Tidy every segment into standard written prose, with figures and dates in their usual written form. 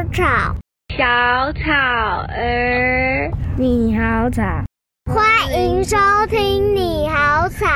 草， 小草儿， 你好草，欢迎收听你好草。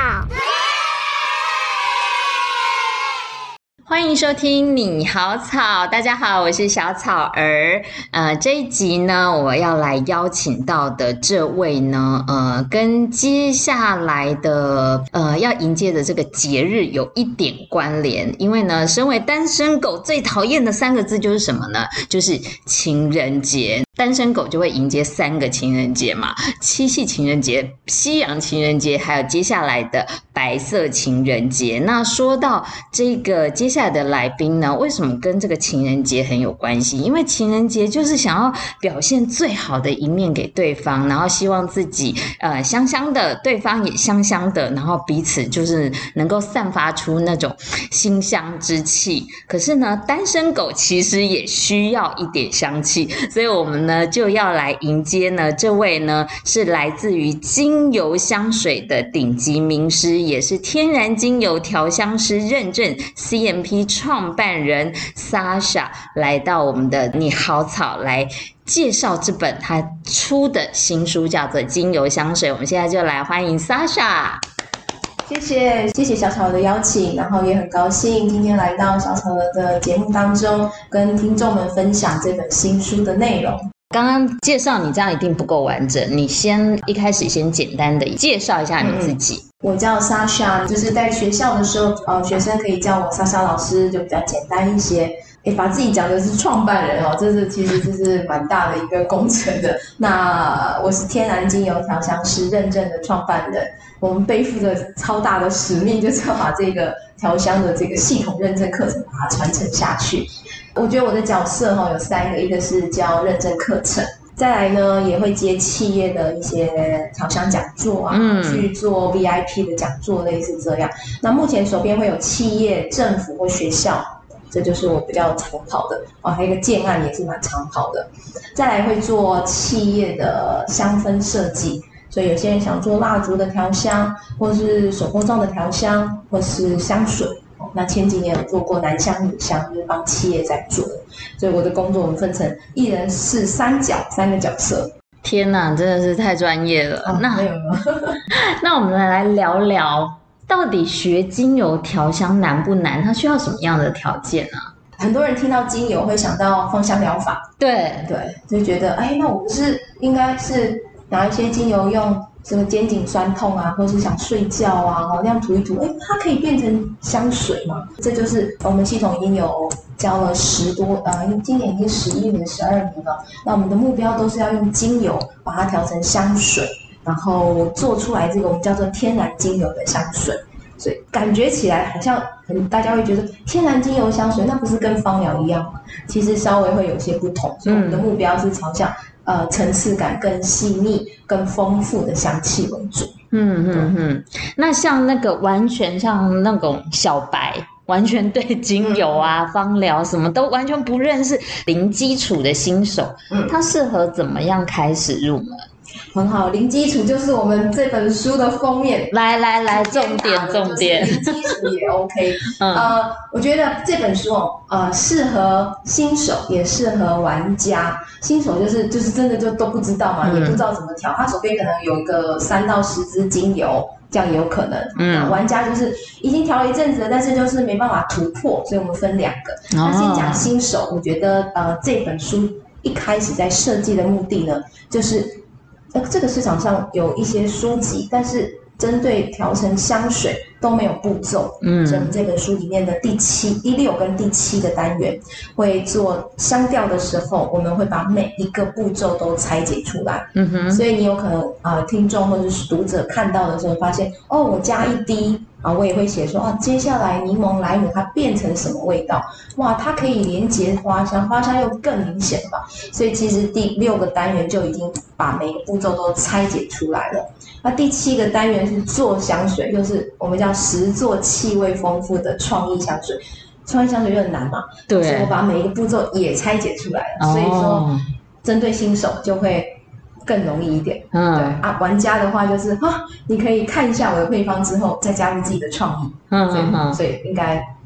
欢迎收听你好草，大家好，我是小草儿。这一集呢，我要来邀请到的这位呢，跟接下来的要迎接的这个节日有一点关联。因为呢，身为单身狗最讨厌的3个字就是什么呢？就是情人节。单身狗就会迎接3个情人节嘛，七夕情人节、西洋情人节，还有接下来的白色情人节。那说到这个接下来的来宾呢，为什么跟这个情人节很有关系？因为情人节就是想要表现最好的一面给对方，然后希望自己香香的，对方也香香的，然后彼此就是能够散发出那种馨香之气。可是呢，单身狗其实也需要一点香气，所以我们呢就要来迎接呢这位呢是来自于精油香水的顶级名师，也是天然精油调香师认证 CMP 创办人 Sasha 来到我们的你好草来介绍这本他出的新书，叫做精油香水。我们现在就来欢迎 Sasha。 谢谢小草的邀请，然后也很高兴今天来到小草的节目当中，跟听众们分享这本新书的内容。 刚刚介绍你这样一定不够完整，你一开始先简单的介绍一下你自己。 我叫 Sasha， 就是在学校的时候，学生可以叫我 Sasha 老师，就比较简单一些。把自己讲的是创办人哦，其实这是蛮大的一个工程的。那我是天然精油调香师认证的创办人，我们背负着超大的使命，就是要把这个调香的这个系统认证课程把它传承下去。我觉得我的角色有3个，一个是教认证课程，再来呢也会接企业的一些调香讲座啊，去做 VIP 的讲座，类似这样。那目前手边会有企业、政府或学校，这就是我比较常跑的还有一个建案也是蛮常跑的。再来会做企业的香氛设计，所以有些人想做蜡烛的调香，或是手工皂的调香，或是香水。那前几年有做过男香女香，就是帮企业在做的。所以我的工作我们分成一人是3个角色。 天哪，真的是太专业了。那我们来聊聊，到底学精油调香难不难？它需要什么样的条件呢？ 很多人听到精油会想到芳香疗法，对，就觉得那我不是应该是拿一些精油用什么肩颈酸痛啊，或是想睡觉啊，那样涂一涂，它可以变成香水嘛？这就是我们系统已经有教了今年已经11年、12年了。那我们的目标都是要用精油把它调成香水，然后做出来这个我们叫做天然精油的香水。所以感觉起来好像大家会觉得天然精油香水那不是跟芳疗一样吗？其实稍微会有些不同，所以我们的目标是朝向层次感更细腻、更丰富的香气为主。 那像那个完全像那种小白，完全对精油啊、芳疗什么都完全不认识、零基础的新手，他适合怎么样开始入门？ 很好，零基础就是我们这本书的封面。 来，重点， 零基础也 OK。我觉得这本书适合新手，也适合玩家。新手就是真的就都不知道嘛，也不知道怎么调，他手边可能有一个3到10支精油，这样也有可能。玩家就是已经调了一阵子了，但是就是没办法突破，所以我们分2个。那先讲新手，我觉得这本书一开始在设计的目的呢，就是这个市场上有一些书籍，但是针对调成香水都没有步骤。所以我们这本书里面的第6跟第7个单元会做香调的时候，我们会把每一个步骤都拆解出来。所以你有可能听众或者是读者看到的时候发现我加1滴我也会写说接下来柠檬莱姆它变成什么味道，哇，它可以连接花香，花香又更明显吧。所以其实第6个单元就已经把每个步骤都拆解出来了。那第7个单元是做香水，就是我们叫实做气味丰富的创意香水。创意香水就很难嘛，对，所以我把每一个步骤也拆解出来了。所以说针对新手就会更容易一点。对玩家的话就是你可以看一下我的配方之后再加入自己的创意。所以应该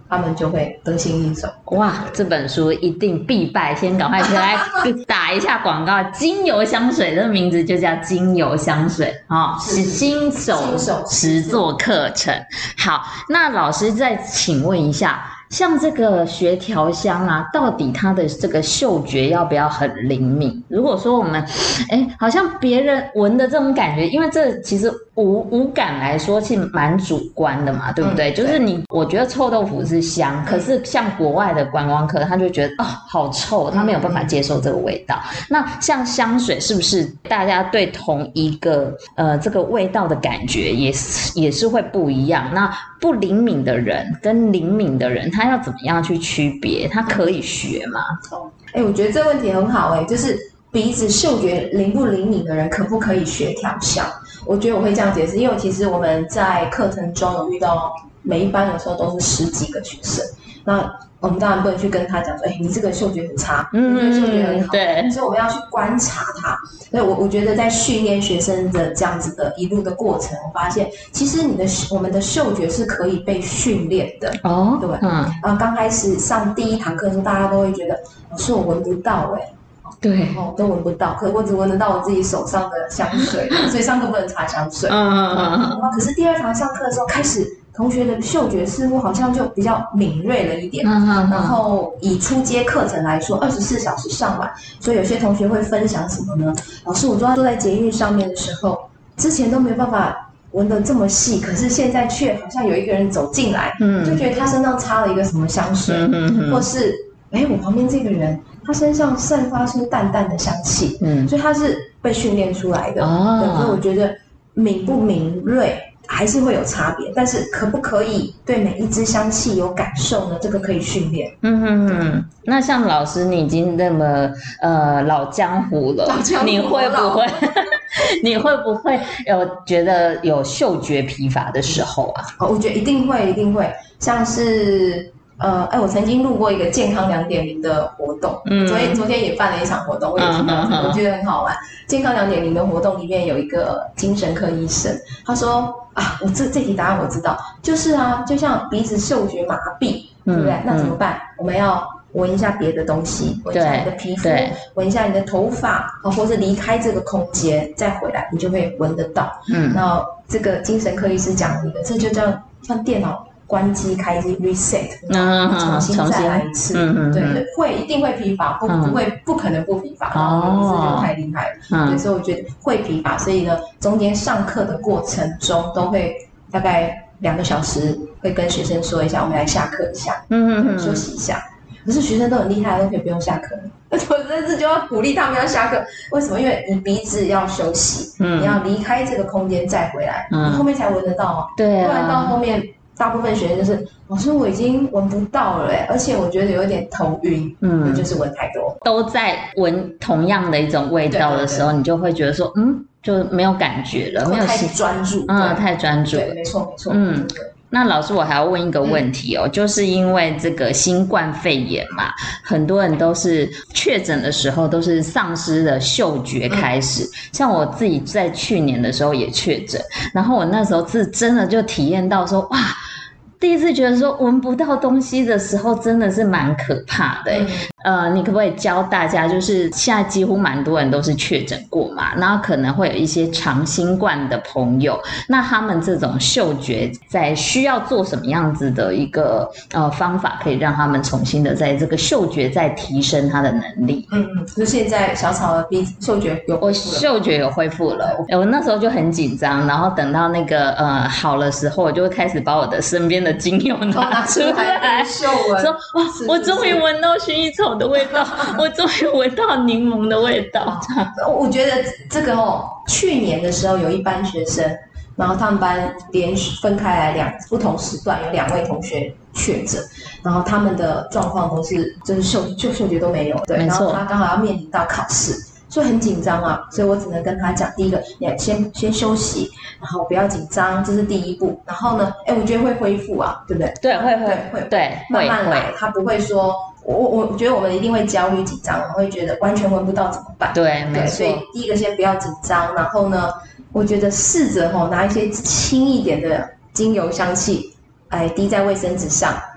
他们就会得心应手。 哇，这本书一定必败，先赶快来打一下广告。精油香水这个名字就叫精油香水是新手实作课程。好，那老师再请问一下，像这个学调香啊，到底它的这个嗅觉要不要很灵敏？如果说我们好像别人闻的这种感觉，因为这其实五感来说是蛮主观的嘛，对不对？就是我觉得臭豆腐是香，可是像国外的观光客，他就觉得好臭，他没有办法接受这个味道。那像香水是不是大家对同一个这个味道的感觉也是会不一样？那不灵敏的人跟灵敏的人，他要怎么样去区别？他可以学吗？ 我觉得这个问题很好就是鼻子嗅觉灵不灵敏的人可不可以学调香？我觉得我会这样解释，因为其实我们在课程中有遇到每一班有时候都是10几个学生，那我们当然不能去跟他讲说，你这个嗅觉很差，你这个嗅觉很好， 对， 所以我们要去观察他。所以我觉得在训练学生的这样子的一路的过程，我发现其实我们的嗅觉是可以被训练的对，刚开始上第一堂课的时候，大家都会觉得老师我闻不到对， 都闻不到，可是我只闻得到我自己手上的香水，所以上课不能擦香水。可是第2堂上课的时候，开始同学的嗅觉似乎好像就比较敏锐了一点。然后以初阶课程来说，24小时上完，所以有些同学会分享什么呢？老师，我坐在捷运上面的时候，之前都没有办法闻得这么细，可是现在却好像有一个人走进来，就觉得他身上擦了一个什么香水，或是我旁边这个人他身上散发出淡淡的香气，所以他是被训练出来的。所以我觉得敏不敏锐还是会有差别，但是可不可以对每一支香气有感受呢？这个可以训练。 那像老师你已经那么老江湖了，你会不会有觉得有嗅觉疲乏的时候啊？ 我觉得一定会，像是我曾经录过一个健康2.0的活动，昨天也办了一场活动，我也知道，我觉得很好玩。健康2.0的活动里面有一个精神科医生，他说我这题答案我知道，就是就像鼻子嗅觉麻痹，对不对？那怎么办？我们要闻一下别的东西，闻一下你的皮肤，闻一下你的头发，或是离开这个空间再回来，你就会闻得到。然后这个精神科医师讲一个，这就叫像电脑关机开机 reset， 重新再来一次。对，一定会疲乏，不可能不疲乏，医师就太厉害了。对，所以我觉得会疲乏，所以呢，中间上课的过程中都会大概2个小时，会跟学生说一下，我们来下课一下，休息一下。可是学生都很厉害，都可以不用下课。我甚至就要鼓励他们要下课。为什么？因为你鼻子要休息，你要离开这个空间再回来，你后面才闻得到对，不然到后面大部分学生就是老师我已经闻不到了而且我觉得有点头晕，就是闻太多。 都在闻同样的一种味道的时候，你就会觉得说就没有感觉了，没有太专注， 太专注了。 对，没错。 那老师，我还要问一个问题就是因为这个新冠肺炎嘛，很多人都是确诊的时候都是丧失了嗅觉开始。像我自己在去年的时候也确诊，然后我那时候是真的就体验到说，哇，第一次觉得说闻不到东西的时候真的是蛮可怕的你可不可以教大家，就是现在几乎蛮多人都是确诊过嘛，然后可能会有一些长新冠的朋友，那他们这种嗅觉在需要做什么样子的一个方法，可以让他们重新的在这个嗅觉再提升他的能力？ 就现在小草的鼻嗅觉有恢复了， 我嗅觉有恢复了。我那时候就很紧张，然后等到那个好的时候，我就会开始把我的身边的精油拿出来，说哇，我终于闻到薰衣草的味道，我终于闻到柠檬的味道。 我觉得这个去年的时候有一班学生，然后他们班连续分开来不同时段有2位同学确诊，然后他们的状况都是就是嗅觉都没有，对，然后他刚好要面临到考试，所以很紧张所以我只能跟他讲，第一个你先休息，然后不要紧张，这是第一步。然后呢，我觉得会恢复对不对？ 对，会慢慢来，他不会说。我觉得我们一定会焦虑紧张，我们会觉得完全闻不到怎么办？ 对，没错。 所以第一个先不要紧张，然后呢，我觉得试着拿一些轻一点的精油香气，滴在卫生纸上，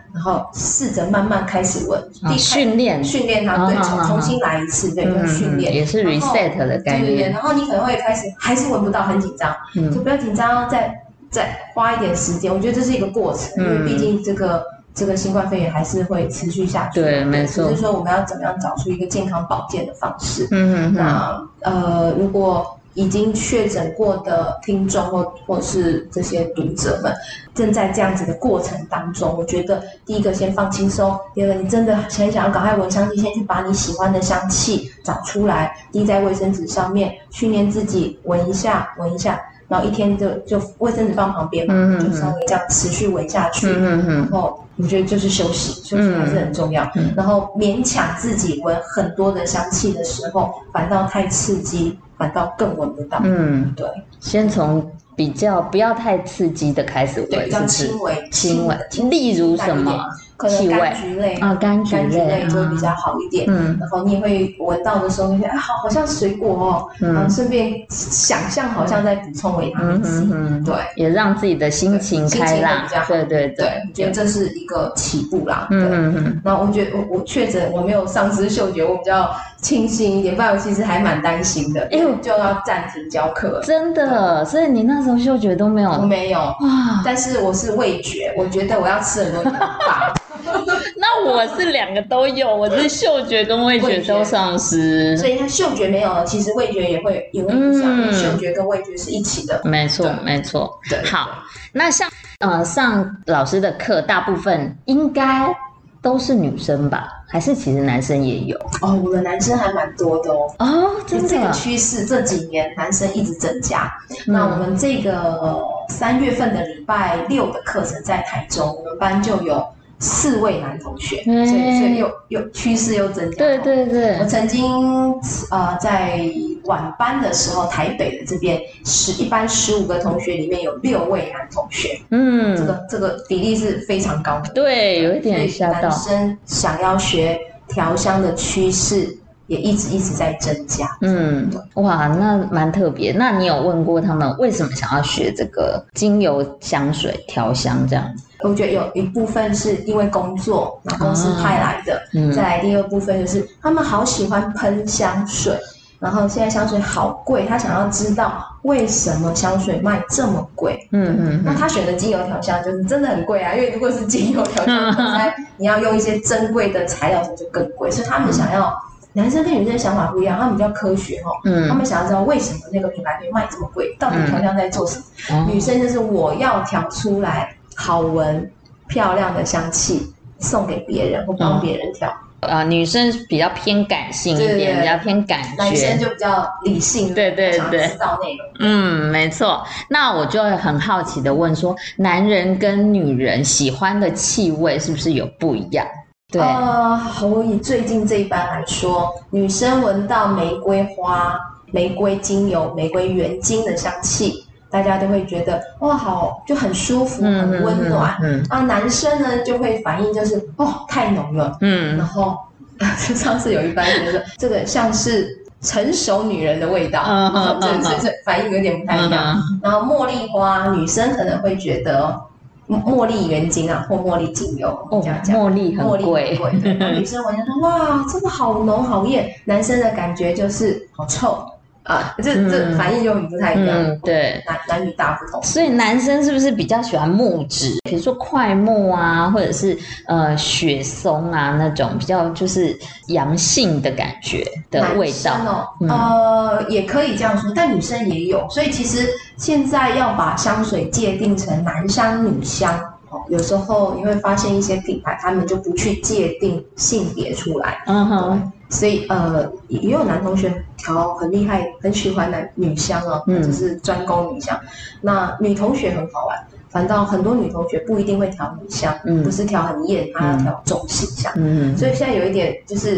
然后试着慢慢开始闻， 训练它，对，重新来一次，对，就是训练， 也是 reset 的概念。 对，然后你可能会开始还是闻不到，很紧张，就不要紧张，再花一点时间。我觉得这是一个过程，因为毕竟这个新冠肺炎还是会持续下去， 对，没错。 只是说我们要怎么样找出一个健康保健的方式。那如果已经确诊过的听众或是这些读者们正在这样子的过程当中，我觉得第一个先放轻松，第二个你真的很想要赶快闻香气，先去把你喜欢的香气找出来，滴在卫生纸上面，训练自己闻一下，然后一天就卫生纸放旁边嘛，就稍微这样持续闻下去，然后我觉得就是休息还是很重要，然后勉强自己闻很多的香气的时候，反倒太刺激，反倒更闻不到。对， 先从比较不要太刺激的开始闻， 比较轻微， 例如什么？ 可能柑橘类柑橘类就会比较好一点。然后你也会闻到的时候，你觉得好像水果哦，然后顺便想象好像在补充维他命 C，对， 也让自己的心情开朗，对， 我觉得这是一个起步啦。然后我觉得我确诊我没有丧失嗅觉，我比较清醒一点，不然我其实还蛮担心的，因为就要暂停教课了。 真的，所以你那时候嗅觉都没有？ 我没有哇，但是我是味觉，我觉得我要吃很多盐巴。 那我是两个都有，我是嗅觉跟味觉都丧失， 所以它嗅觉没有了，其实味觉也会影响，因为嗅觉跟味觉是一起的。 没错。对，好，那像上老师的课，大部分应该都是女生吧？还是其实男生也有？ 我们男生还蛮多的哦，真的， 这个趋势这几年男生一直增加。那我们这个3月份的礼拜6的课程在台中，我们班就有4位男同学，所以又趋势又增加。 对， 我曾经在晚班的时候，台北的这边一班15个同学里面有6位男同学，这个比例是非常高的。 对，有一点吓到。 男生想要学调香的趋势也一直在增加。 哇，那蛮特别。那你有问过他们为什么想要学这个精油香水调香这样子？ 我觉得有一部分是因为工作，那公司派来的。再来第二部分就是他们好喜欢喷香水，然后现在香水好贵，他想要知道为什么香水卖这么贵。那他选的精油调香就是真的很贵啊，因为如果是精油调香，你要用一些珍贵的材料，就更贵。所以他们想要，男生跟女生的想法不一样，他们比较科学他们想要知道为什么那个品牌可以卖这么贵，到底调香在做什么。女生就是我要调出来好闻漂亮的香气送给别人或帮别人调。 女生比较偏感性一点，比较偏感觉， 男生就比较理性， 对， 想知道内容。 没错。那我就会很好奇的问说，男人跟女人喜欢的气味是不是有不一样？对， 我以最近这一班来说，女生闻到玫瑰花、玫瑰精油、玫瑰原精的香气，大家都会觉得哇，好，就很舒服，很温暖。男生呢就会反应就是太浓了。然后上次有一班觉得这个像是成熟女人的味道，这反应有点不太一样。然后茉莉花，女生可能会觉得茉莉原精或茉莉精油， 茉莉很贵。 女生闻就说哇，真的好浓好艳，男生的感觉就是好臭。这反应就很不太一样。 对， 男女大不同。 所以男生是不是比较喜欢木质，比如说快木啊，或者是雪松啊那种比较就是阳性的感觉的味道？ 也可以这样说，但女生也有。所以其实现在要把香水界定成男香女香，有时候你会发现一些品牌他们就不去界定性别出来。所以也有男同学调很厉害，很喜欢女香就是专攻女香。那女同学很好玩，反倒很多女同学不一定会调女香，不是调很艳，她要调中性香。所以现在有一点就是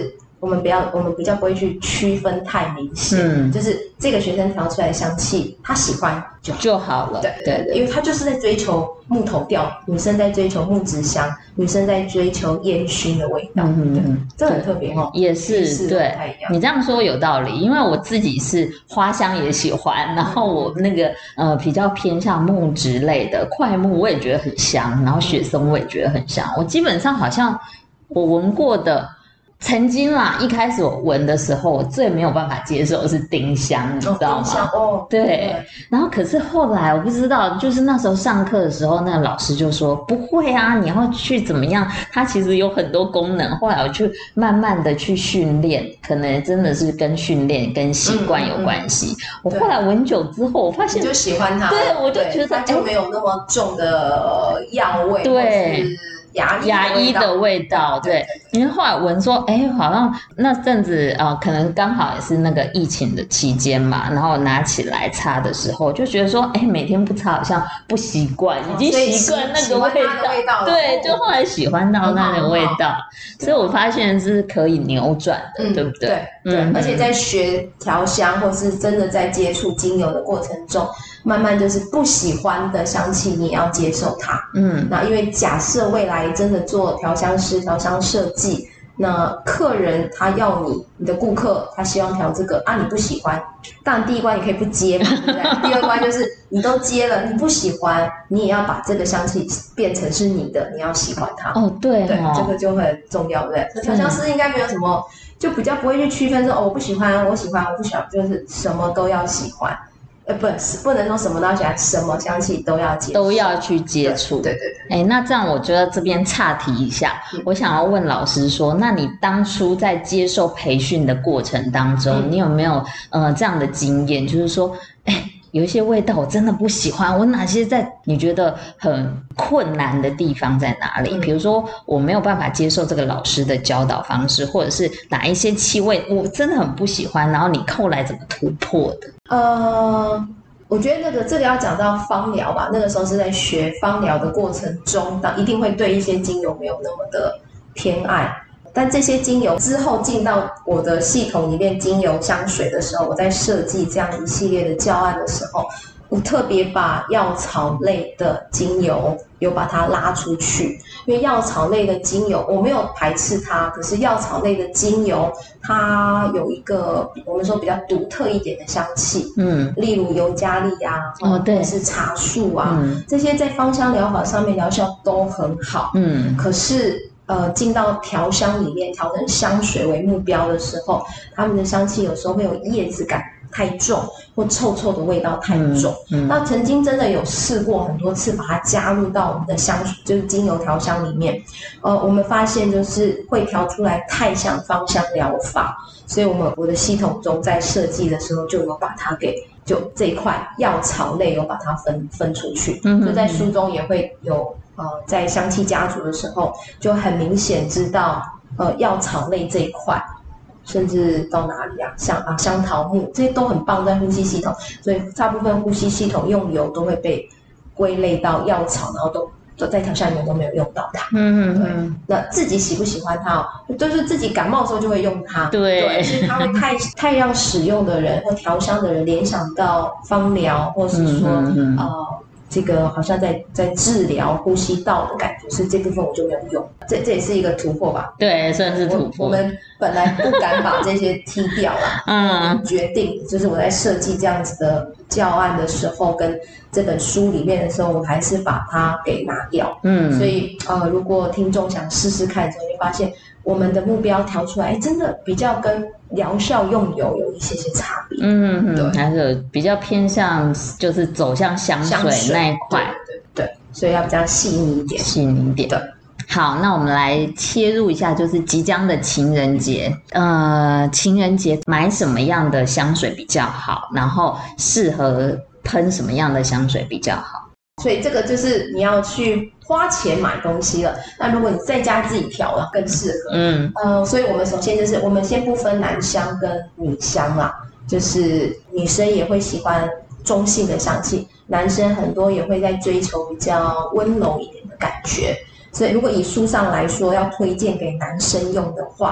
我们比较不会去区分太明显，就是这个学生调出来的香气，他喜欢就好了。对，因为他就是在追求木头调，女生在追求木质香，女生在追求烟熏的味道。这很特别哦。 也是对，你这样说有道理，因为我自己是花香也喜欢，然后我那个比较偏向木质类的檜木，我也觉得很香，然后雪松我也觉得很香。我基本上好像我闻过的。曾经啦，一开始我闻的时候，我最没有办法接受的是丁香，你知道吗？对。然后可是后来我不知道，就是那时候上课的时候，那个老师就说不会啊，你要去怎么样？它其实有很多功能。后来我去慢慢的去训练，可能真的是跟训练跟习惯有关系。我后来闻久之后，我发现你就喜欢它， 对，我就觉得它就没有那么重的药味， 对。牙医的味道，对，因为后来闻说，好像那阵子可能刚好也是那个疫情的期间嘛，然后拿起来擦的时候，就觉得说，每天不擦好像不习惯，已经习惯那个味道，对，就后来喜欢到那个味道，所以我发现是可以扭转的，对不对？ 对，而且在学调香或是真的在接触精油的过程中，慢慢就是不喜欢的香气，你也要接受它。那因为假设未来真的做调香师、调香设计，那客人他要你的顾客他希望调这个你不喜欢，当然第一关你可以不接嘛，对不对？第二关就是你都接了，你不喜欢，你也要把这个香气变成是你的，你要喜欢它。 对， 这个就很重要，对不对？调香师应该没有什么，就比较不会去区分说我不喜欢，我喜欢，我不喜欢，就是什么都要喜欢。不能说什么都要喜欢，什么香气都要接触， 都要去接触。 对。 那这样我觉得这边岔题一下，我想要问老师说，那你当初在接受培训的过程当中，你有没有这样的经验，就是说，有一些味道我真的不喜欢，我哪些你觉得很困难的地方在哪里？比如说我没有办法接受这个老师的教导方式，或者是哪一些气味我真的很不喜欢，然后你后来怎么突破的？ 我觉得这个要讲到芳疗吧，那个时候是在学芳疗的过程中，一定会对一些精油没有那么的偏爱。但这些精油之后进到我的系统里面，精油香水的时候，我在设计这样一系列的教案的时候，我特别把药草类的精油有把它拉出去，因为药草类的精油我没有排斥它，可是药草类的精油它有一个我们说比较独特一点的香气，例如尤加利啊，或者是茶树啊，这些在芳香疗法上面疗效都很好，可是进到调香里面，调成香水为目标的时候，他们的香气有时候会有叶子感太重，或臭臭的味道太重。那曾经真的有试过很多次，把它加入到我们的香水，就是精油调香里面。我们发现就是会调出来太像芳香疗法，所以我的系统中在设计的时候就有把它就这一块药草类有把它分出去，就在书中也会有。在香气家族的时候，就很明显知道，药草类这一块，甚至到哪里啊，像香桃木这些都很棒，在呼吸系统，所以大部分呼吸系统用油都会被归类到药草，然后都在调香里面都没有用到它。那自己喜不喜欢它就是自己感冒的时候就会用它。对，所以它会太让使用的人或调香的人联想到芳疗，或是说这个好像在治疗呼吸道的感觉，所以这部分我就没有用，这也是一个突破吧？ 对，算是突破。 我们本来不敢把这些踢掉啦，决定就是我在设计这样子的教案的时候，跟这本书里面的时候，我还是把它给拿掉。所以如果听众想试试看的时候，你会发现我们的目标调出来，真的比较跟疗效用油有一些差别。 对，还是比较偏向就是走向香水那一块。 对，所以要比较细腻一点。对。 好，那我们来切入一下，就是即将的情人节。情人节买什么样的香水比较好？然后适合喷什么样的香水比较好？ 所以这个就是你要去花钱买东西了。那如果你在家自己调了，更适合。所以我们首先就是我们先不分男香跟女香啦，就是女生也会喜欢中性的香气，男生很多也会在追求比较温柔一点的感觉。所以如果以书上来说要推荐给男生用的话，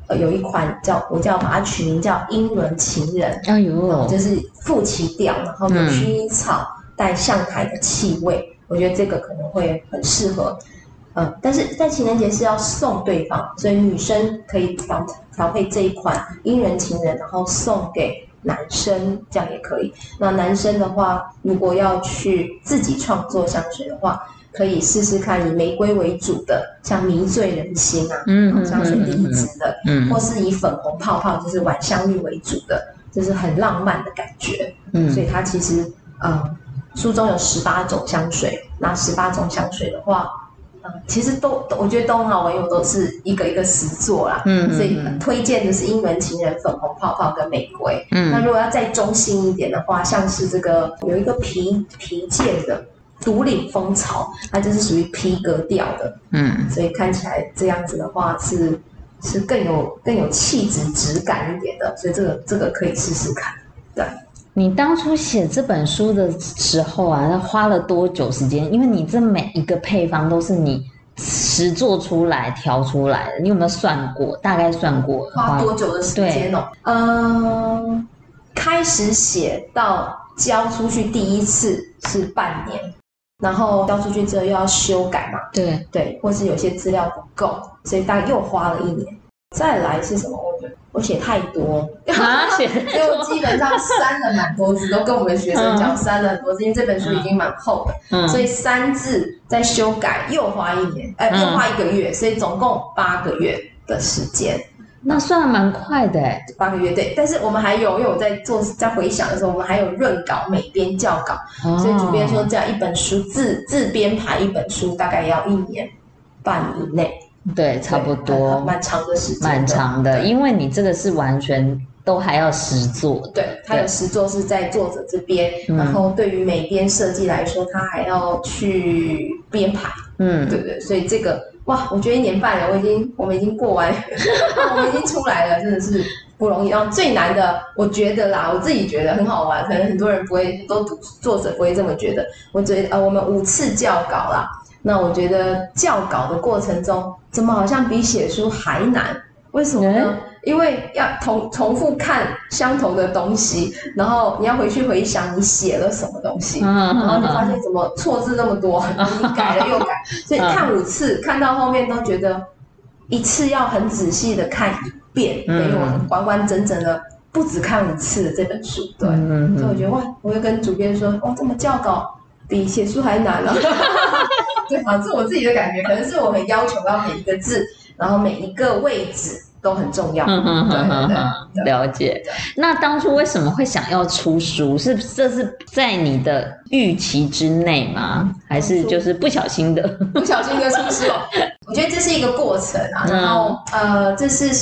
有一款我把它取名叫英伦情人， 哎呦， 就是复奇调，然后有薰衣草带象苔的气味，我觉得这个可能会很适合。但是在情人节是要送对方，所以女生可以调配这一款英伦情人，然后送给男生，这样也可以。那男生的话，如果要去自己创作香水的话，可以试试看以玫瑰为主的，像迷醉人心啊，香水第一支的，或是以粉红泡泡，就是晚香玉为主的，就是很浪漫的感觉。所以它其实书中有18种香水，那18种香水的话。其实我觉得都很好闻，因为都是一个一个实作啦。所以推荐的是英伦情人、粉红泡泡跟玫瑰。那如果要再中性一点的话，像是这个有一个皮件的独领风潮，它就是属于皮革调的。所以看起来这样子的话是更有气质质感一点的，所以这个可以试试看。对。 你当初写这本书的时候啊，那花了多久时间？因为你这每一个配方都是你实做出来、调出来的，你有没有算过？大概算过花多久的时间哦？开始写到交出去第一次是半年，然后交出去之后又要修改嘛，对，或是有些资料不够，所以大概又花了1年。再来是什么？我写太多，所以我基本上删了蛮多字，都跟我们学生讲删了很多字，因为这本书已经蛮厚的，所以3字再修改又花1年，又花1个月，所以总共8个月的时间。 那算蛮快的 8个月对，但是我们还有，因为我在回想的时候，我们还有润稿、美编、校稿，所以主编说这样一本书自编排一本书大概要1年半以内。 对，差不多， 蛮长的时间， 蛮长的，因为你这个是完全都还要实作， 对，它有实作是在作者这边，然后对于美编设计来说，他还要去编排，对，所以这个哇，我觉得1年半了，我们已经过完，我们已经出来了，真的是不容易。然后最难的，我觉得啦，我自己觉得很好玩，可能很多人不会，都作者不会这么觉得。我觉得我们5次校稿啦。那我觉得校稿的过程中，怎么好像比写书还难？为什么呢？因为要重复看相同的东西，然后你要回去回想你写了什么东西，然后你发现怎么错字那么多，你改了又改，所以看5次，看到后面都觉得一次要很仔细的看1遍，等于我完完整整的不止看5次的这本书。对，所以我觉得哇，我就跟主编说，哇，这么校稿比写书还难啊。对啊，这是我自己的感觉，可能是我很要求要每一个字，然后每一个位置都很重要。 对，了解。那当初为什么会想要出书？这是在你的预期之内吗？还是就是不小心的出书？我觉得这是一个过程啊。然后这是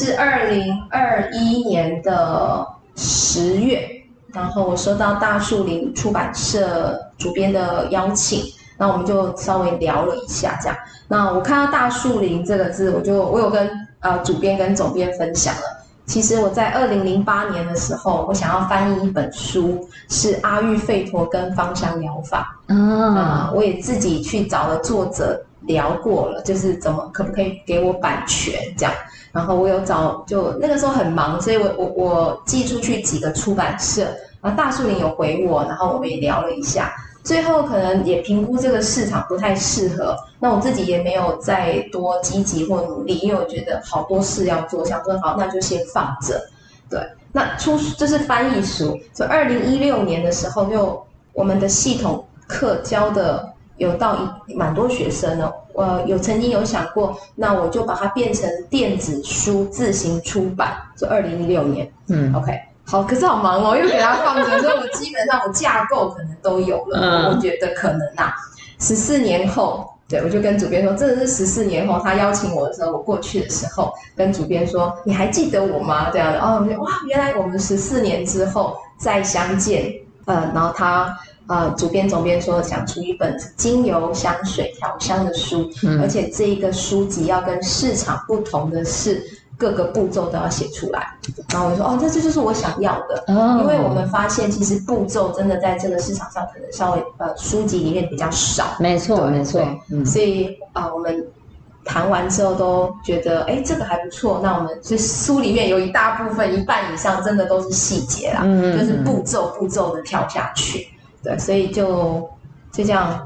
2021年的10月，然后我收到大树林出版社主编的邀请。那我们就稍微聊了一下，这样。那我看到大树林这个字，我有跟主编跟总编分享了。其实我在2008年的时候，我想要翻译一本书，是阿育吠陀跟芳香疗法。我也自己去找了作者聊过了，就是可不可以给我版权这样。然后我有找，就那个时候很忙，所以我寄出去几个出版社，然后大树林有回我，然后我们也聊了一下。最后可能也评估这个市场不太适合，那我自己也没有再多积极或努力，因为我觉得好多事要做，想说好那就先放着。对，那就是翻译书，所以2016年的时候，我们的系统课教的有到蛮多学生了，曾经有想过，那我就把它变成电子书自行出版，就2016年，OK。好，可是好忙哦，又给他放着，所以我基本上我架构可能都有了，我觉得可能14年后，对，我就跟主编说，真的是14年后，他邀请我的时候，我过去的时候，跟主编说，你还记得我吗？这样的，我就哇，原来我们14年之后再相见，然后他主编总编说想出一本精油香水调香的书，而且这一个书籍要跟市场不同的是。各个步骤都要写出来，然后我就说这就是我想要的，因为我们发现其实步骤真的在这个市场上可能稍微书籍里面比较少， 没错， 所以我们谈完之后都觉得，哎，这个还不错。那我们所以书里面有一大部分，一半以上真的都是细节啦，就是步骤的跳下去。对，所以就这样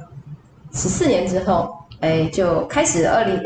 ，14年之后，哎，就开始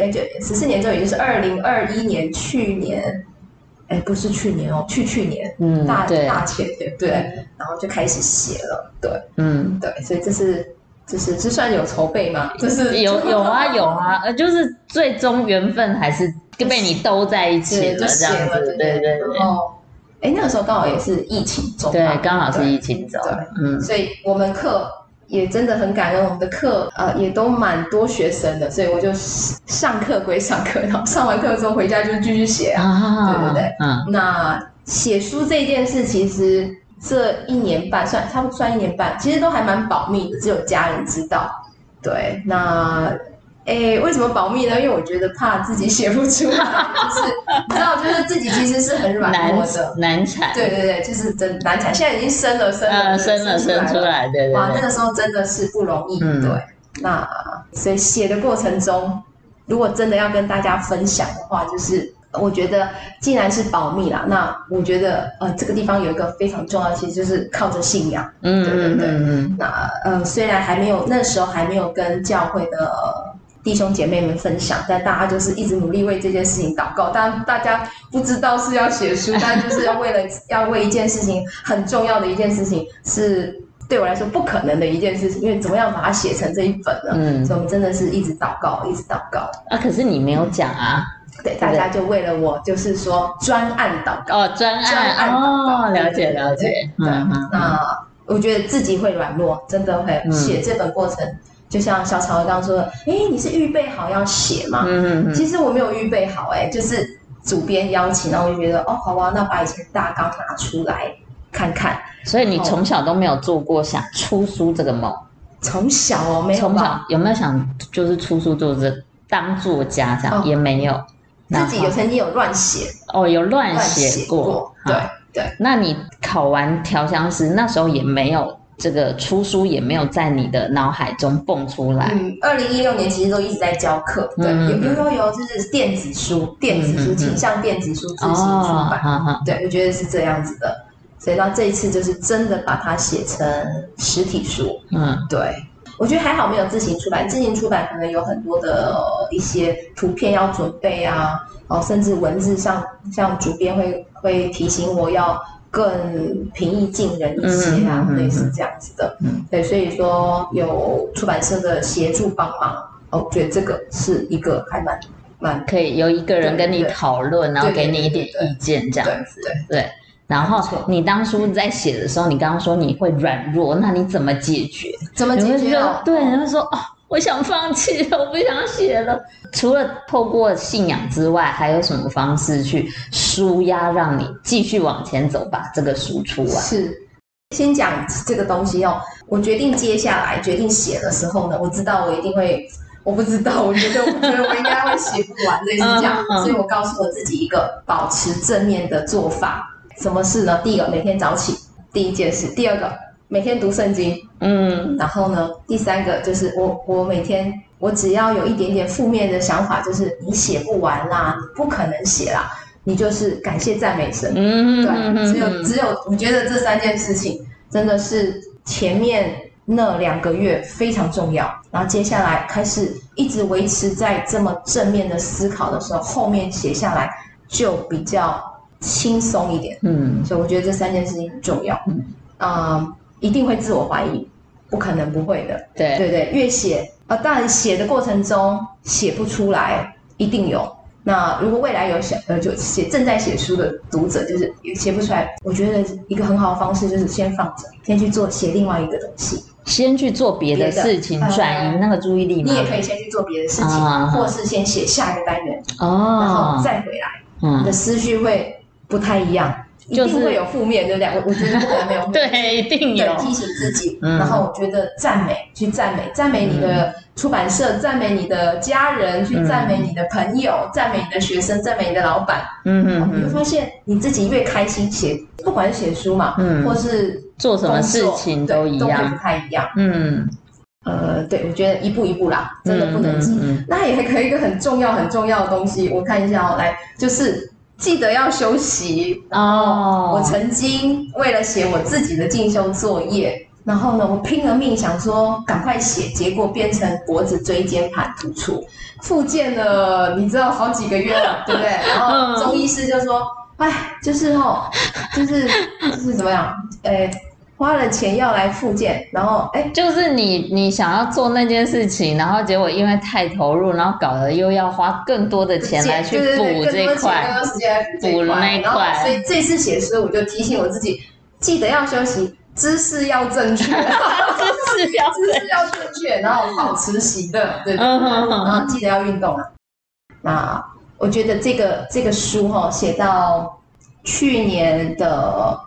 14年之后，也就是2021年，去年。哎，不是去年哦，去年，大前年，对，然后就开始写了，对，对，所以这算有筹备吗？就是有啊，就是最终缘分还是被你兜在一起了，这样子，对。 然后，哎，那个时候刚好也是疫情中， 对，刚好是疫情中， 对，所以我们课。也真的很感恩，我们的课也都蛮多学生的，所以我就上课归上课，然后上完课之后回家就继续写对。那写书这件事，其实这1年半差不多算1年半，其实都还蛮保密的，只有家人知道。对，那为什么保密呢？因为我觉得怕自己写不出来，就是你知道，就是自己其实是很软弱的， 难产。 对，就是真难产。现在已经生出来，对。 哇，那个时候真的是不容易，对。那所以写的过程中，如果真的要跟大家分享的话，就是我觉得既然是保密啦，那我觉得这个地方有一个非常重要的，其实就是靠着信仰。对。那虽然那时候还没有跟教会的弟兄姐妹们分享，但大家就是一直努力为这件事情祷告。当然，大家不知道是要写书，但就是要为一件事情很重要的一件事情，是对我来说不可能的一件事情，因为怎么样把它写成这一本呢？所以我们真的是一直祷告。 可是你没有讲啊。 对，大家就为了我，就是说专案祷告。 专案祷告。了解。 对，那我觉得自己会软弱，真的会写这本过程。就像小草刚刚说的，你是预备好要写吗？其实我没有预备好，就是主编邀请，然后我就觉得好啊，那把以前大纲拿出来看看。 所以你从小都没有做过想出书这个梦？ 从小没有吧？ 从小有没有想就是出书做当作家这样？也没有。 自己曾经有乱写。 有乱写过。 对。 那你考完调香师那时候也没有？这个出书也没有在你的脑海中蹦出来。 2016年其实都一直在教课，对，有，就是电子书，倾向电子书自行出版，对，我觉得是这样子的。所以到这一次就是真的把它写成实体书，对，我觉得还好没有自行出版，自行出版可能有很多的一些图片要准备啊，甚至文字上，像主编会提醒我要更平易近人一些啊，类似这样子的。对，所以说有出版社的协助帮忙，我觉得这个是一个还蛮可以有一个人跟你讨论，然后给你一点意见这样子。对。然后你当初在写的时候，你刚刚说你会软弱，那你怎么解决？对，你会说我想放弃了，我不想写了。除了透过信仰之外，还有什么方式去抒压，让你继续往前走，把这个书出完？ 是，先讲这个东西我决定接下来决定写的时候呢，我知道我一定会，我不知道，我觉得我应该会写不完，类似这样。所以我告诉我自己一个保持正面的做法。什么事呢？第一个，每天早起，第一件事；第二个，每天读圣经，然后呢，第三个就是我每天我只要有一点点负面的想法，就是你写不完啦，你不可能写啦，你就是感谢赞美神，对，只有我觉得这3件事情真的是前面那2个月非常重要，然后接下来开始一直维持在这么正面的思考的时候，后面写下来就比较轻松一点，所以我觉得这3件事情很重要，一定会自我怀疑，不可能不会的，对，越写当然写的过程中写不出来，一定有。那如果未来有就正在写书的读者，就是写不出来，我觉得一个很好的方式就是先放着，先去写另外一个东西， 先去做别的事情，转移那个注意力嘛。 你也可以先去做别的事情，或是先写下一个单元，然后再回来，你的思绪会不太一样，一定会有负面，对不对？我觉得不可能没有负面， 对，一定有。 提醒自己，然后我觉得赞美你的出版社，赞美你的家人，去赞美你的朋友，赞美你的学生，赞美你的老板。你会发现你自己越开心写，不管是写书嘛，或是做什么事情都一样， 都会不太一样。 对，我觉得一步一步啦，真的不能急。那也可以一个很重要的东西，我看一下哦，来，就是记得要休息。我曾经为了写我自己的进修作业，然后呢，我拼了命想说赶快写，结果变成脖子椎间盘突出，复健了，你知道好几个月了，对不对？然后中医师就说，就是怎么样，花了钱要来复健，然后就是你想要做那件事情，然后结果因为太投入，然后搞得又要花更多的钱来去补这一块，补了那一块。 所以这次写诗，我就提醒我自己，记得要休息，姿势要正确，姿势要正确，然后保持喜乐，对，然后记得要运动啊。那我觉得这个书写到去年的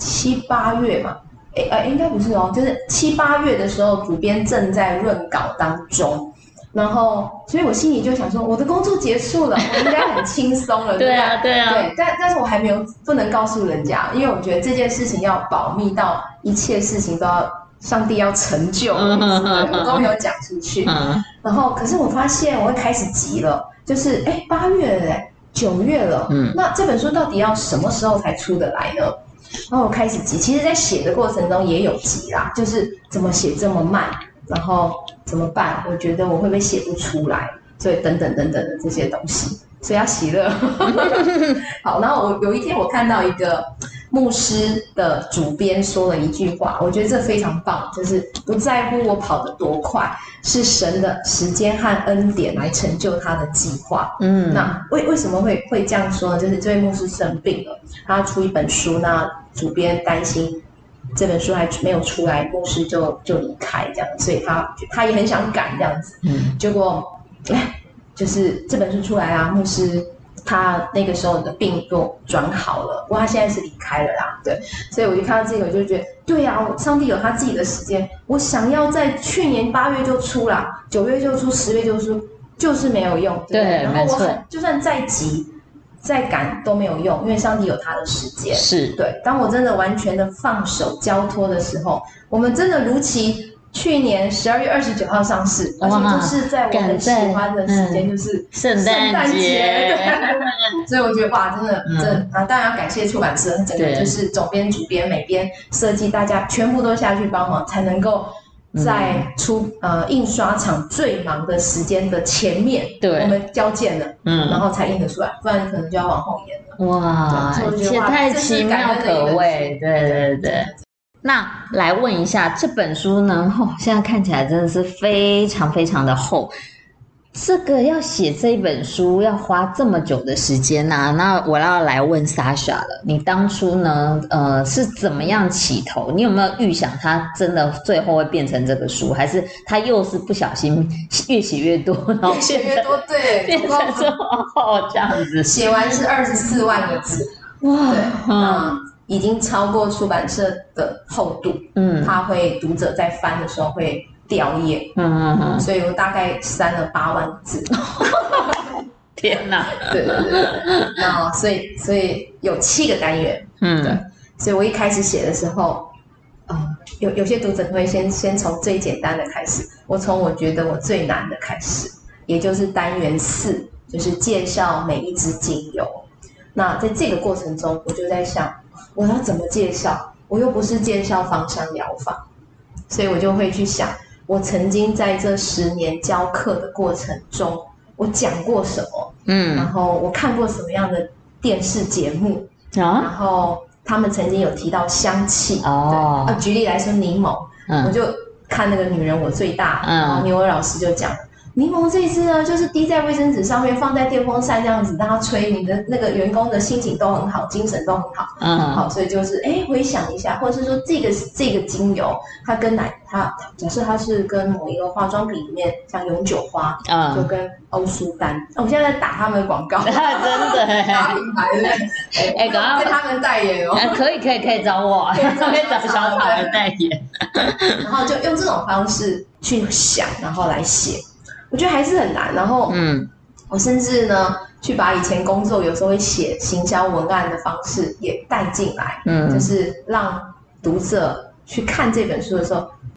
7、8月嘛。应该不是哦，就是7、8月的时候，主编正在润稿当中，然后，所以我心里就想说，我的工作结束了，我应该很轻松了， 对啊， 对，但是我还不能告诉人家，因为我觉得这件事情要保密到一切事情都要上帝要成就，我都没有讲出去。然后，可是我发现我会开始急了，就是8月了，9月了，那这本书到底要什么时候才出得来呢？然后我开始急，其实在写的过程中也有急啦，就是怎么写这么慢，然后怎么办？我觉得我会不会写不出来？所以等等的这些东西，所以要喜乐。好，然后有一天我看到一个牧师的主编说了一句话，我觉得这非常棒，就是不在乎我跑得多快，是神的时间和恩典来成就他的计划。那为什么会这样说呢？就是这位牧师生病了，他出一本书，那主编担心这本书还没有出来，牧师就离开这样，所以他也很想赶这样子。结果就是这本书出来啊，牧师他那个时候的病就转好了，不过他现在是离开了啦，对，所以我就看到这个，我就觉得对啊，上帝有他自己的时间，我想要在去年8月就出啦，9月就出，10月就出，就是没有用，对，然后我就算再急再赶都没有用，因为上帝有他的时间， 是对。 当我真的完全的放手交托的时候，我们真的如期去年12月29号上市，而且就是在我很喜欢的时间，就是圣诞节。所以我觉得哇，真的当然要感谢出版社，整个就是总编、主编、美编、设计，大家全部都下去帮忙，才能够在印刷厂最忙的时间的前面，我们交件了，然后才印得出来，不然可能就要往后延了。 哇，也太奇妙可畏，对。那来问一下这本书呢，现在看起来真的是非常非常的厚。这个要写这一本书要花这么久的时间啊，那我要来问 Sasha 了，你当初呢是怎么样起头？你有没有预想它真的最后会变成这个书，还是它又是不小心越写越多，然后越写越多，对， 变成这么厚这样子？ 写完是24万个字，哇，对，已经超过出版社的厚度，它会读者在翻的时候会掉页，所以我大概删了8万个字。 天哪！ 对，然后所以有7个单元，对，所以我一开始写的时候，有些读者会先从最简单的开始，我从我觉得我最难的开始，也就是单元4，就是介绍每一支精油。那在这个过程中，我就在想，我要怎么介绍？我又不是介绍芳香疗法，所以我就会去想，我曾经在这10年教课的过程中，我讲过什么？然后我看过什么样的电视节目？然后他们曾经有提到香气，举例来说柠檬，我就看那个女人我最大，然后牛尔老师就讲。柠檬这一支呢，就是滴在卫生纸上面，放在电风扇这样子，让它吹，你的那个员工的心情都很好，精神都很好。好，所以就是回想一下，或者是说这个精油，它跟它假设它是跟某一个化妆品里面，像永久花，就跟欧舒丹。我现在在打他们的广告，真的打品牌的，赶快跟他们代言哦。 可以找我，可以找小草的代言。 然后就用这种方式去想，然后来写。我觉得还是很难，然后我甚至呢去把以前工作有时候会写行销文案的方式也带进来，就是让读者去看这本书的时候，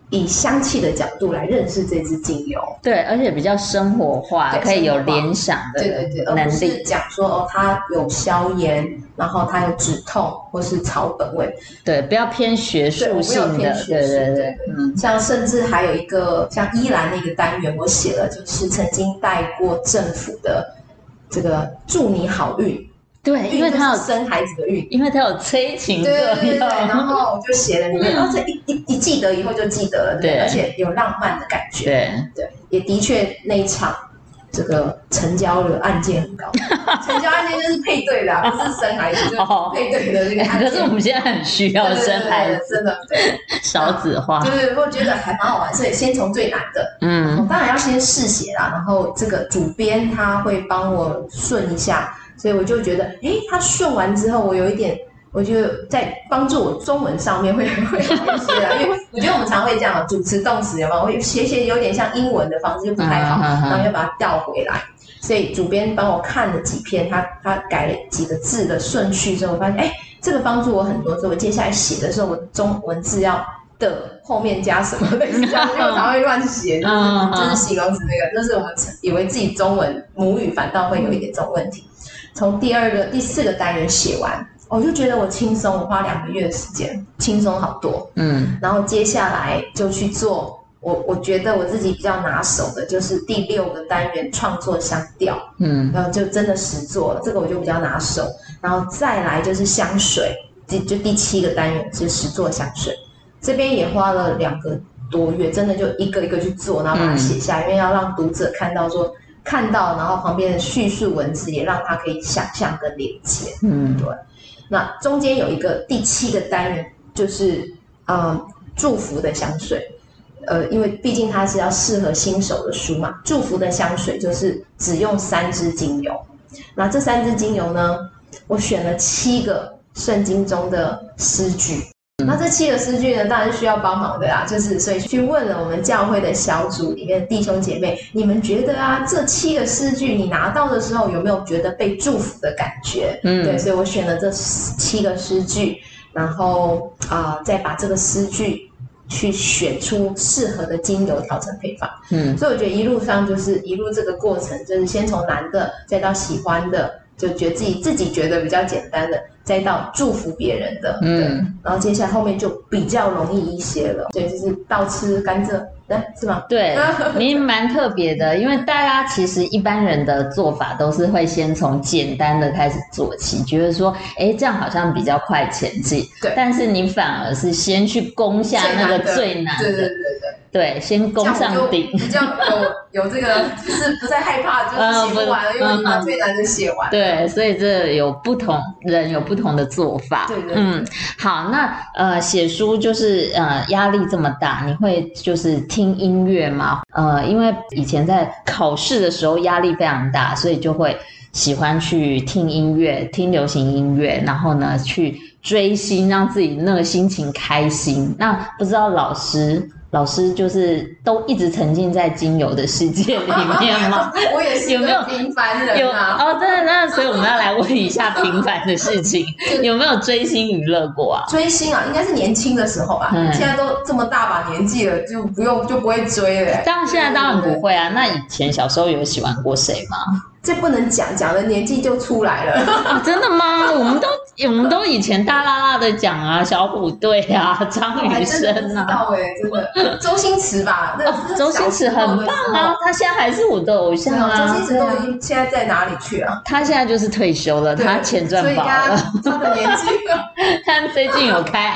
以香气的角度来认识这支精油。 对，而且比较生活化，可以有联想的能力， 而不是讲说它有消炎，然后它有止痛或是草本味。 对，不要偏学术性的。对， 像甚至还有一个像依兰那个单元，我写了就是曾经带过政府的这个祝你好运。 对，因为他有生孩子的运， 因为他有催情作用。 对，然后我就写了里面，这一记得以后就记得了，对，而且有浪漫的感觉，对，也的确那一场这个成交的案件很高，成交案件就是配对的，不是生孩子，就是配对的这个案件。 可是我们现在很需要生孩子， 真的，对， 少子化， 对，我觉得还蛮好玩，所以先从最难的，当然要先试写啦，然后这个主编他会帮我顺一下。所以我就觉得，他顺完之后，我就在帮助我中文上面会好一些啦，因为我觉得我们常会这样主词动词有没有？我写有点像英文的方式就不太好，然后要把它调回来。所以主编帮我看了几篇，他改了几个字的顺序之后，我发现，这个帮助我很多。所以我接下来写的时候，我中文字要的后面加什么类似这样，因为我常会乱写，就是形容词那个，就是我们以为自己中文母语反倒会有一点这种问题。从第4个单元写完，我就觉得我轻松，我花2个月的时间，轻松好多。然后接下来就去做我觉得我自己比较拿手的，就是第6个单元创作香调。然后就真的实做了，这个我就比较拿手。然后再来就是香水，就第7个单元是实做香水，这边也花了2个多月，真的就一个一个去做，然后把它写下来，因为要让读者看到，然后旁边的叙述文字也让他可以想象跟连接。对。那中间有一个第7个单元，就是祝福的香水。因为毕竟它是要适合新手的书嘛，祝福的香水就是只用3支精油。那这3支精油呢，我选了7个圣经中的诗句。那这7个诗句呢，当然是需要帮忙的啦，就是所以去问了我们教会的小组里面的弟兄姐妹，你们觉得这7个诗句你拿到的时候有没有觉得被祝福的感觉？对，所以我选了这7个诗句，然后再把这个诗句去选出适合的精油调成配方。所以我觉得一路上就是一路这个过程，就是先从难的，再到喜欢的，就觉得自己觉得比较简单的，再到祝福别人的，对，然后接下来后面就比较容易一些了，所以就是倒吃甘蔗，是吗？ 对，你蛮特别的，因为大家其实一般人的做法都是会先从简单的开始做起，觉得说，这样好像比较快前进，对，但是你反而是先去攻下那个最难的，对，先攻上顶， 比较有这个，就是不再害怕，就是写不完了，因为你把最难的写完。 对，所以这有不同人有不同的做法。 对， 好，那写书就是压力这么大，你会就是听音乐吗？因为以前在考试的时候压力非常大，所以就会喜欢去听音乐，听流行音乐，然后呢去追星，让自己那个心情开心。那不知道老师就是都一直沉浸在精油的世界里面吗？ 我也是有没有平凡人啊？ 真的，那所以我们要来问一下平凡的事情，有没有追星娱乐过啊？ 追星啊，应该是年轻的时候吧。现在都这么大把年纪了，就不会追了。 现在当然不会啊。那以前小时候有喜欢过谁吗？ 这不能讲的年纪就出来了。 真的吗？我们都以前大啦啦的讲啊，小虎队啊，张雨生啊， 真的，周星驰吧， 周星驰很棒啊，他现在还是我的偶像啊。 周星驰都已经现在在哪里去啊？ 他现在就是退休了，他钱赚饱了， 他的年纪了。 他最近有开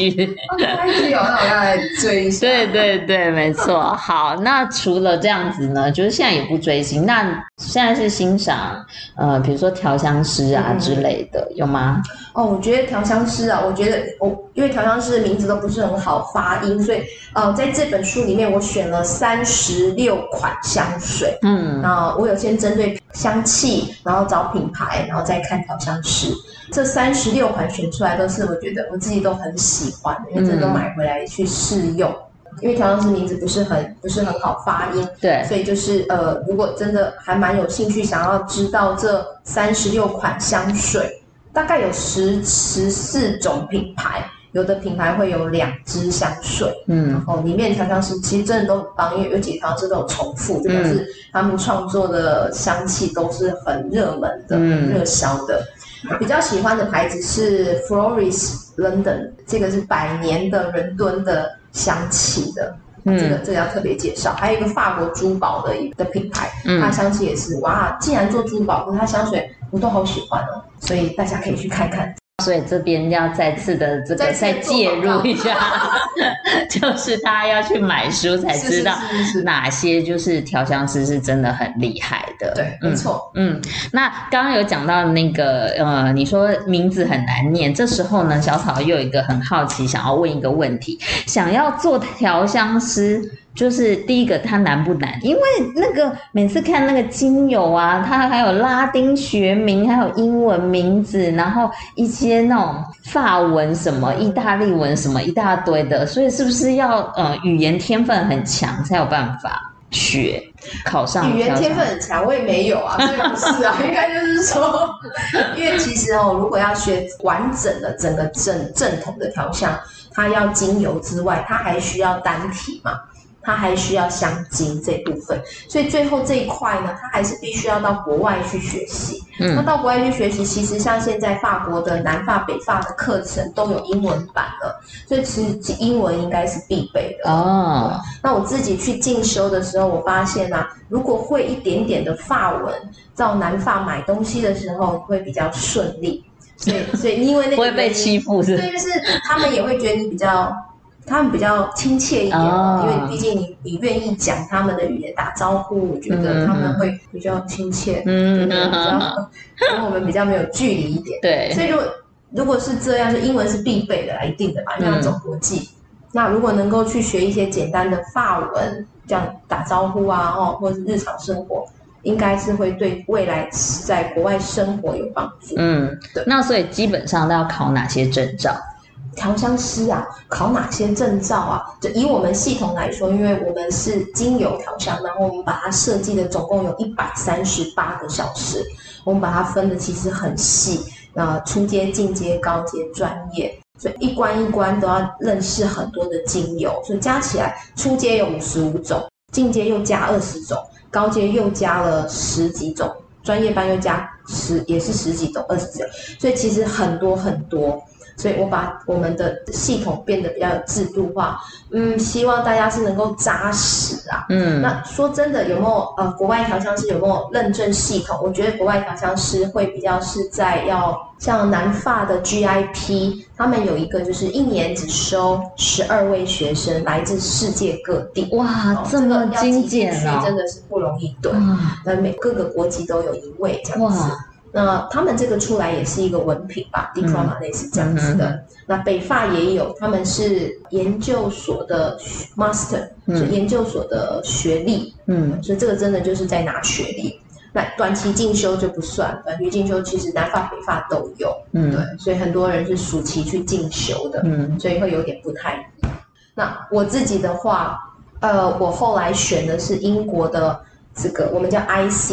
IG，IG 有，那我要来追一下。 对，没错。好，那除了这样子呢，就是现在也不追星，那现在是欣赏比如说调香师啊之类的，有吗？ 我觉得调香师啊，因为调香师的名字都不是很好发音，所以在这本书里面我选了36款香水。我有先针对香气，然后找品牌，然后再看调香师。这36款选出来都是我觉得我自己都很喜欢的，因为这都买回来去试用。因为调香师名字不是很好发音，对，所以就是如果真的还蛮有兴趣想要知道这36款香水，大概有14种品牌， 有的品牌会有2支香水，然后里面调香师其实真的都很棒，因为有几个调香师都有重复，就表示他们创作的香气都是很热门的、很热销的。比较喜欢的牌子是 Floris London， 这个是100年的伦敦的香气的。这个要特别介绍，还有一个法国珠宝的一个品牌，它香气也是哇，既然做珠宝，可是它香水我都好喜欢哦，所以大家可以去看看。 所以这边要再次的这个再介入一下，就是大家要去买书才知道哪些就是调香师是真的很厉害的。 对，没错。 那刚刚有讲到那个你说名字很难念，这时候呢，小草又有一个很好奇，想要问一个问题：想要做调香师，就是第一个它难不难？因为那个每次看那个精油啊，它还有拉丁学名，还有英文名字，然后一些那种法文什么、意大利文什么一大堆的，所以是不是要语言天分很强才有办法学考上？ 语言天分很强，我也没有啊，所以不是啊，应该就是说，因为其实如果要学完整的整个正统的调香，它要精油之外，它还需要单体嘛。它还需要香精这部分，所以最后这一块呢，它还是必须要到国外去学习。那到国外去学习，其实像现在法国的南法、北法的课程都有英文版了，所以其实英文应该是必备的哦。那我自己去进修的时候，我发现啊，如果会一点点的法文，到南法买东西的时候会比较顺利。所以因为那个不会被欺负是？ 对，就是他们也会觉得你他们比较亲切一点因为毕竟你愿意讲他们的语言打招呼，我觉得他们会比较亲切，跟我们比较没有距离一点。 对， 所以如果是这样，就英文是必备的啦，一定的嘛，因为要走国际。那如果能够去学一些简单的法文，这样打招呼啊，或者是日常生活，应该是会对未来在国外生活有帮助。 对。那所以基本上都要考哪些证照？ 调香师啊，考哪些证照啊？就以我们系统来说，因为我们是精油调香，然后我们把它设计的总共有138个小时，我们把它分的其实很细，初阶、进阶、高阶、专业，所以一关一关都要认识很多的精油，所以加起来初阶有55种，进阶又加20种，高阶又加了10几种，专业班又加也是10几种、20几种，所以其实很多很多。所以我把我们的系统变得比较有制度化，希望大家是能够扎实啊。那说真的，有没有国外调香师有没有认证系统？我觉得国外调香师会比较是在要像南法的 GIP， 他们有一个就是1年只收12位学生，来自世界各地。 哇，这么精简哦， 真的是不容易。对，那各个国籍都有1位这样子。那他们这个出来也是一个文凭吧 ，diploma 类似这样子的。那北法也有，他们是研究所的 master，是研究所的学历，所以这个真的就是在拿学历。那短期进修就不算，短期进修其实南法、北法都有，对，所以很多人是暑期去进修的，所以会有点不太一样。那我自己的话，我后来选的是英国的。这个我们叫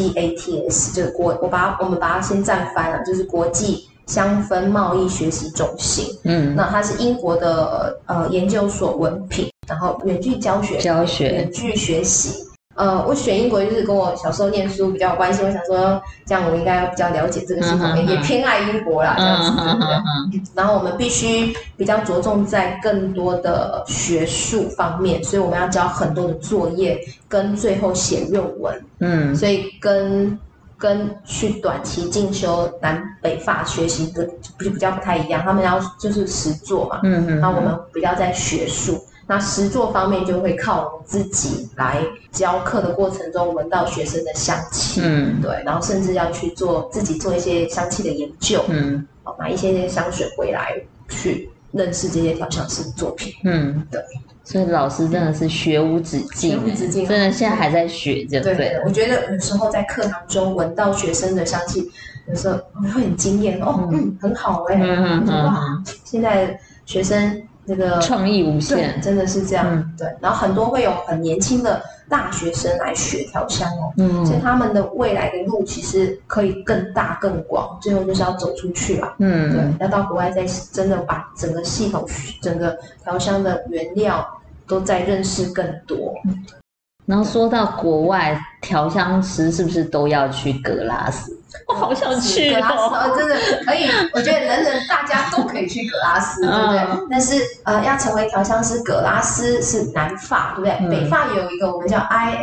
ICATS， 就是我们把它先站翻了，就是国际香氛贸易学习中心。那它是英国的研究所文凭，然后远距教学、远距学习。我选英国就是跟我小时候念书比较有关系，我想说这样我应该要比较了解这个系统，也偏爱英国啦，这样子。然后我们必须比较着重在更多的学术方面，所以我们要交很多的作业，跟最后写论文。所以跟去短期进修南北法学习的比较不太一样，他们要就是实作嘛，那我们比较在学术。那实作方面就会靠我们自己来教课的过程中闻到学生的香气，对，然后甚至要去自己做一些香气的研究，买一些香水回来去认识这些调香师的作品，对。 所以老师真的是学无止境，真的现在还在学，对。 我觉得有时候在课堂中闻到学生的香气，有时候会很惊艳很好哇！现在学生那个创意无限， 真的是这样。对，然后很多会有很年轻的大学生来学调香哦，所以他们的未来的路其实可以更大更广，最后就是要走出去啦。对，要到国外再真的把整个系统、整个调香的原料都再认识更多。 然后说到国外调香师，是不是都要去格拉斯？我好想去格拉斯真的可以，我觉得大家都可以去格拉斯，对不对？但是要成为调香师，格拉斯是南法，对不对？北法有一个我们叫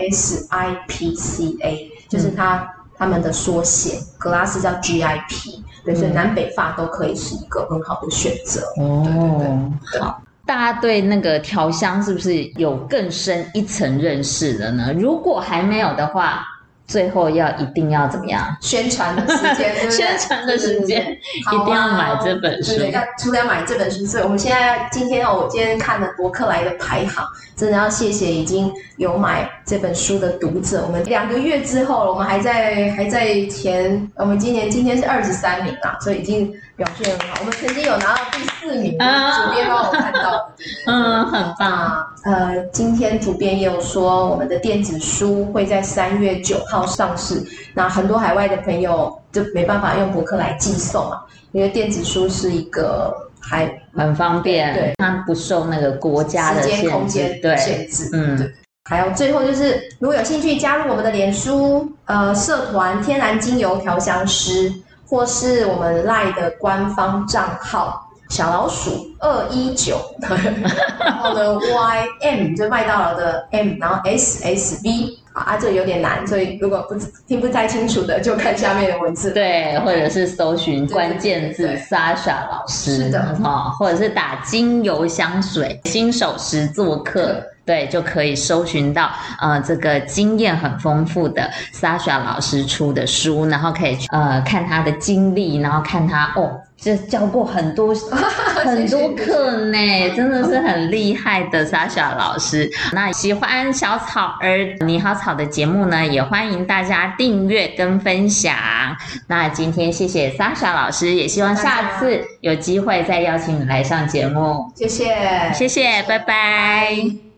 ISIPCA， 就是他们的缩写，格拉斯叫 GIP， 对，所以南北法都可以是一个很好的选择。对。 好。大家对那个调香是不是有更深一层认识了呢？如果还没有的话，最后一定要怎么样？ 宣传的时间，对不对？ 宣传的时间一定要买这本书。 对，除了要买这本书，所以我们今天看了博客来的排行，真的要谢谢已经有买这本书的读者。我们2个月之后了，我们还在我们今天是23名啦，所以已经表现很好。我们曾经有拿到第4名，主编帮我看到的。 很棒。 今天主编也有说，我们的电子书会在3月9号上市。那很多海外的朋友就没办法用博客来寄送嘛，因为电子书是一个还很方便， 对， 它不受那个国家的时间空间限制。对。还有最后就是，如果有兴趣加入我们的脸书社团天然精油调香师，或是我们 LINE 的官方账号小老鼠219，然后呢 YM 就麦当劳的 M， 然后 SSB 这个有点难，所以如果听不太清楚的，就看下面的文字。 对，或者是搜寻关键字 Sasha 老师， 是的， 或者是打精油香水新手实作课。对，就可以搜寻到这个经验很丰富的 Sasha 老师出的书，然后可以看他的经历，然后看他就教过很多很多课呢，真的是很厉害的 Sasha 老师。那喜欢小草儿你好草的节目呢，也欢迎大家订阅跟分享。那今天谢谢 Sasha 老师，也希望下次有机会再邀请你来上节目。 谢谢， 拜拜。